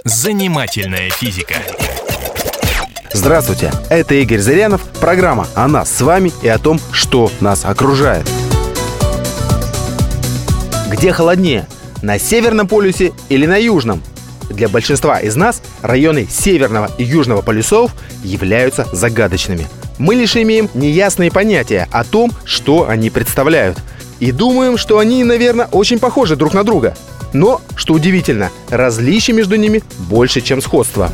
Занимательная физика. Здравствуйте, это Игорь Зырянов, программа о нас с вами и о том, что нас окружает. Где холоднее, на Северном полюсе или на Южном? Для большинства из нас районы Северного и Южного полюсов являются загадочными. Мы лишь имеем неясные понятия о том, что они представляют. И думаем, что они, наверное, очень похожи друг на друга. Но, что удивительно, различий между ними больше, чем сходства.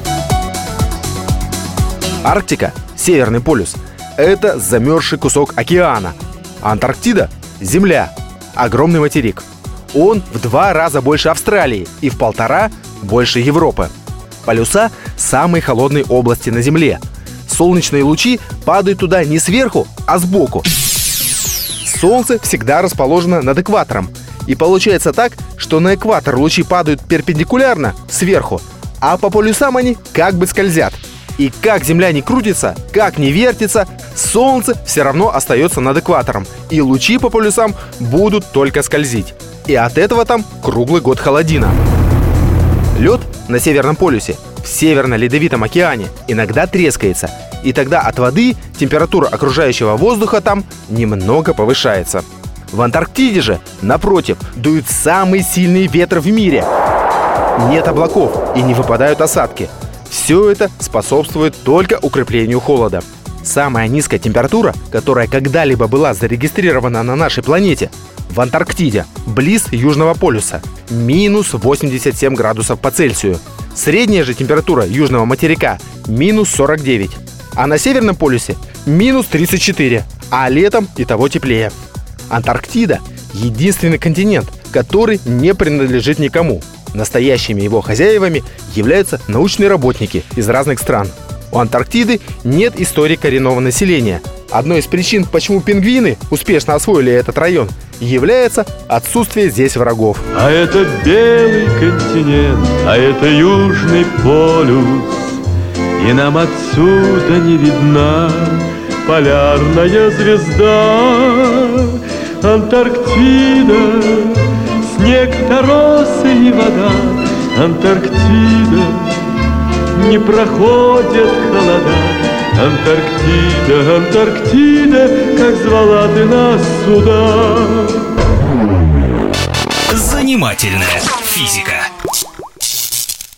Арктика, Северный полюс, это замерзший кусок океана. Антарктида – земля, огромный материк. Он в 2 раза больше Австралии и в 1,5 больше Европы. Полюса – самые холодные области на Земле. Солнечные лучи падают туда не сверху, а сбоку. Солнце всегда расположено над экватором. И получается так, что на экватор лучи падают перпендикулярно, сверху, а по полюсам они как бы скользят. И как Земля не крутится, как не вертится, Солнце все равно остается над экватором, и лучи по полюсам будут только скользить. И от этого там круглый год холодина. Лед на Северном полюсе в Северно-Ледовитом океане иногда трескается, и тогда от воды температура окружающего воздуха там немного повышается. В Антарктиде же, напротив, дуют самые сильные ветры в мире. Нет облаков и не выпадают осадки. Все это способствует только укреплению холода. Самая низкая температура, которая когда-либо была зарегистрирована на нашей планете, в Антарктиде, близ Южного полюса, минус 87 градусов по Цельсию. Средняя же температура южного материка минус 49, а на Северном полюсе минус 34, а летом и того теплее. Антарктида – единственный континент, который не принадлежит никому. Настоящими его хозяевами являются научные работники из разных стран. У Антарктиды нет истории коренного населения. Одной из причин, почему пингвины успешно освоили этот район, является отсутствие здесь врагов. А это белый континент, а это Южный полюс, и нам отсюда не видна полярная звезда. Антарктида, снег, торосы и вода. Антарктида, не проходят холода. Антарктида, Антарктида, как звала ты нас сюда. Занимательная физика.